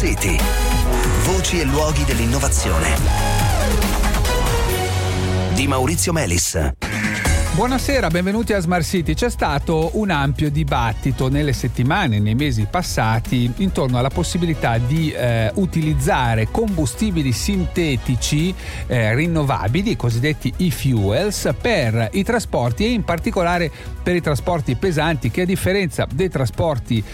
City. Voci e luoghi dell'innovazione. Di Maurizio Melis. Buonasera, benvenuti a Smart City. C'è stato un ampio dibattito nelle settimane, nei mesi passati, intorno alla possibilità di utilizzare combustibili sintetici rinnovabili, i cosiddetti e-fuels, per i trasporti e in particolare per i trasporti pesanti, che a differenza dei trasporti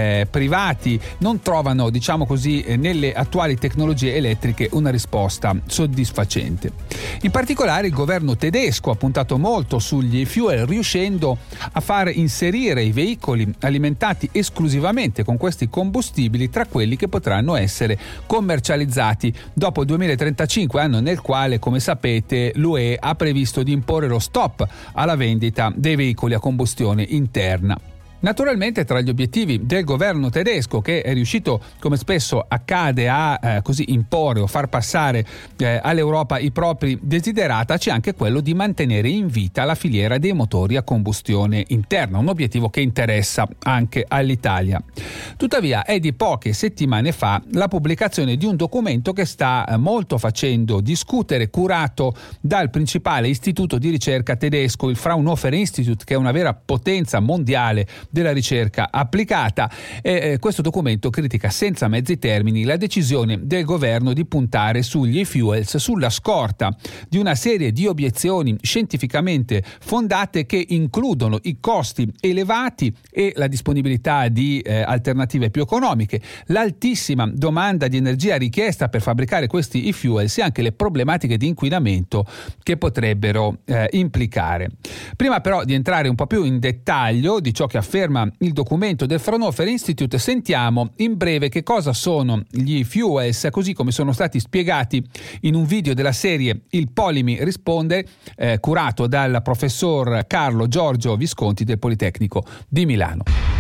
privati non trovano, diciamo così, nelle attuali tecnologie elettriche una risposta soddisfacente. In particolare il governo tedesco ha puntato molto sugli e-fuel, riuscendo a far inserire i veicoli alimentati esclusivamente con questi combustibili tra quelli che potranno essere commercializzati dopo il 2035, anno nel quale, come sapete, l'UE ha previsto di imporre lo stop alla vendita dei veicoli a combustione interna. Naturalmente, tra gli obiettivi del governo tedesco, che è riuscito, come spesso accade, a così imporre o far passare all'Europa i propri desiderata, c'è anche quello di mantenere in vita la filiera dei motori a combustione interna, un obiettivo che interessa anche all'Italia. Tuttavia è di poche settimane fa la pubblicazione di un documento che sta molto facendo discutere, curato dal principale istituto di ricerca tedesco, il Fraunhofer Institute, che è una vera potenza mondiale della ricerca applicata. Questo documento critica senza mezzi termini la decisione del governo di puntare sugli e-fuels sulla scorta di una serie di obiezioni scientificamente fondate che includono i costi elevati e la disponibilità di alternative più economiche, l'altissima domanda di energia richiesta per fabbricare questi e-fuels e anche le problematiche di inquinamento che potrebbero implicare. Prima però di entrare un po' più in dettaglio di ciò che afferma il documento del Fraunhofer Institute, sentiamo in breve che cosa sono gli e-fuels, così come sono stati spiegati in un video della serie Il Polimi risponde, curato dal professor Carlo Giorgio Visconti del Politecnico di Milano.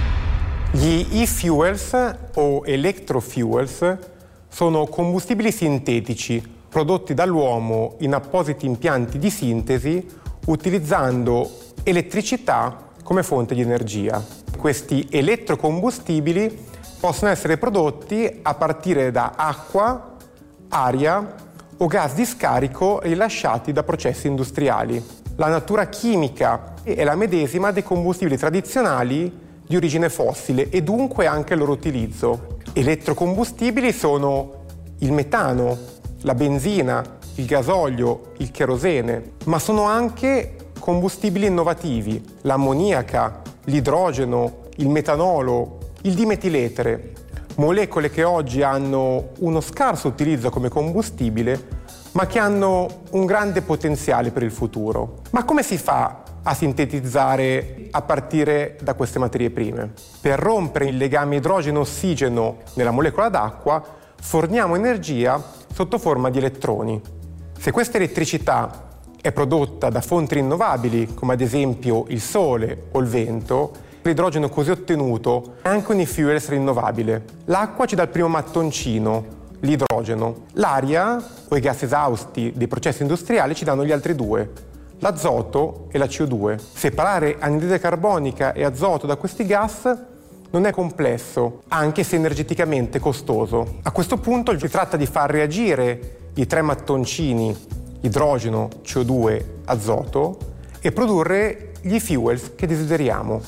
Gli e-fuels o electrofuels sono combustibili sintetici prodotti dall'uomo in appositi impianti di sintesi utilizzando elettricità come fonte di energia. Questi elettrocombustibili possono essere prodotti a partire da acqua, aria o gas di scarico rilasciati da processi industriali. La natura chimica è la medesima dei combustibili tradizionali di origine fossile e dunque anche il loro utilizzo. Elettrocombustibili sono il metano, la benzina, il gasolio, il cherosene, ma sono anche combustibili innovativi, l'ammoniaca, l'idrogeno, il metanolo, il dimetiletere, molecole che oggi hanno uno scarso utilizzo come combustibile, ma che hanno un grande potenziale per il futuro. Ma come si fa a sintetizzare a partire da queste materie prime? Per rompere il legame idrogeno-ossigeno nella molecola d'acqua, forniamo energia sotto forma di elettroni. Se questa elettricità è prodotta da fonti rinnovabili, come ad esempio il sole o il vento, l'idrogeno così ottenuto è anche un e-fuels rinnovabile. L'acqua ci dà il primo mattoncino, l'idrogeno. L'aria o i gas esausti dei processi industriali ci danno gli altri due, l'azoto e la CO2. Separare anidride carbonica e azoto da questi gas non è complesso, anche se energeticamente costoso. A questo punto si tratta di far reagire i tre mattoncini idrogeno, CO2, azoto e produrre gli fuels che desideriamo.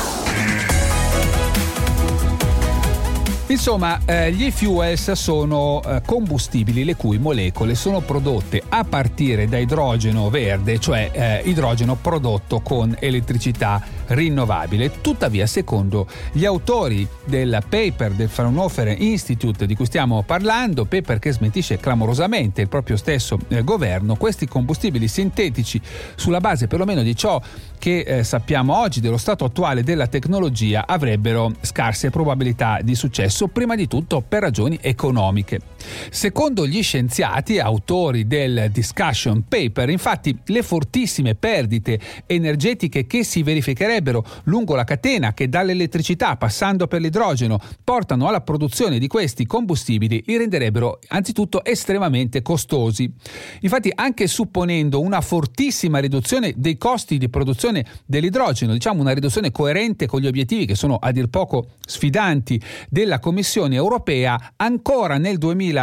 Insomma, gli e-fuels sono combustibili le cui molecole sono prodotte a partire da idrogeno verde, cioè idrogeno prodotto con elettricità rinnovabile. Tuttavia, secondo gli autori del paper del Fraunhofer Institute di cui stiamo parlando, paper che smentisce clamorosamente il proprio stesso governo, questi combustibili sintetici, sulla base perlomeno di ciò che sappiamo oggi dello stato attuale della tecnologia, avrebbero scarse probabilità di successo, prima di tutto per ragioni economiche. Secondo gli scienziati autori del discussion paper, infatti, le fortissime perdite energetiche che si verificherebbero avvenirebbero lungo la catena che dall'elettricità passando per l'idrogeno portano alla produzione di questi combustibili li renderebbero anzitutto estremamente costosi. Infatti, anche supponendo una fortissima riduzione dei costi di produzione dell'idrogeno, diciamo una riduzione coerente con gli obiettivi che sono a dir poco sfidanti della Commissione europea, ancora nel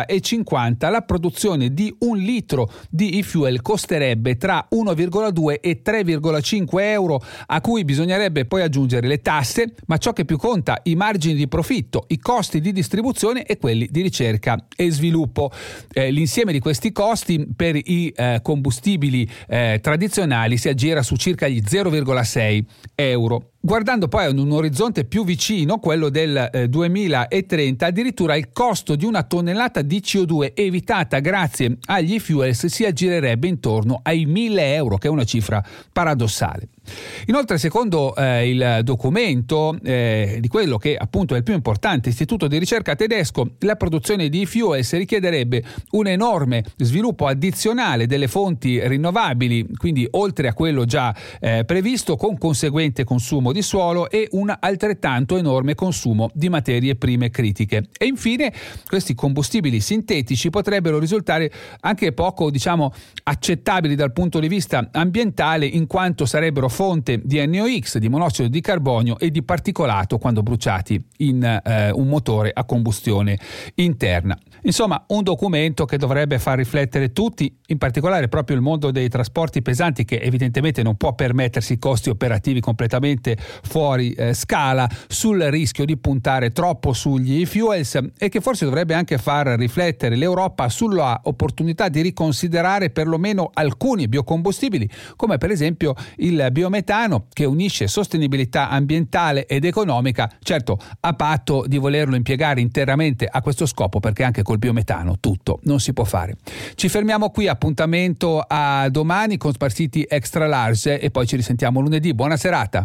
2050 la produzione di 1 litro di e-fuel costerebbe tra 1,2 e 3,5 euro, a cui bisognerebbe poi aggiungere le tasse, ma ciò che più conta, i margini di profitto, i costi di distribuzione e quelli di ricerca e sviluppo. L'insieme di questi costi per i combustibili tradizionali si aggira su circa gli 0,6 euro. Guardando poi ad un orizzonte più vicino, quello del 2030, addirittura il costo di una tonnellata di CO2 evitata grazie agli e-fuels si aggirerebbe intorno ai 1.000 euro, che è una cifra paradossale. Inoltre, secondo il documento di quello che appunto è il più importante istituto di ricerca tedesco, la produzione di e-fuels richiederebbe un enorme sviluppo addizionale delle fonti rinnovabili, quindi oltre a quello già previsto, con conseguente consumo di suolo e un altrettanto enorme consumo di materie prime critiche. E infine questi combustibili sintetici potrebbero risultare anche poco, accettabili dal punto di vista ambientale, in quanto sarebbero fonte di NOx, di monossido di carbonio e di particolato quando bruciati in un motore a combustione interna. Insomma, un documento che dovrebbe far riflettere tutti, in particolare proprio il mondo dei trasporti pesanti, che evidentemente non può permettersi costi operativi completamente fuori scala, sul rischio di puntare troppo sugli e-fuels, e che forse dovrebbe anche far riflettere l'Europa sulla opportunità di riconsiderare perlomeno alcuni biocombustibili, come per esempio il biometano, che unisce sostenibilità ambientale ed economica, certo a patto di volerlo impiegare interamente a questo scopo, perché anche col biometano tutto non si può fare. Ci fermiamo qui, appuntamento a domani con Smart City Extra Large e poi ci risentiamo lunedì. Buona serata.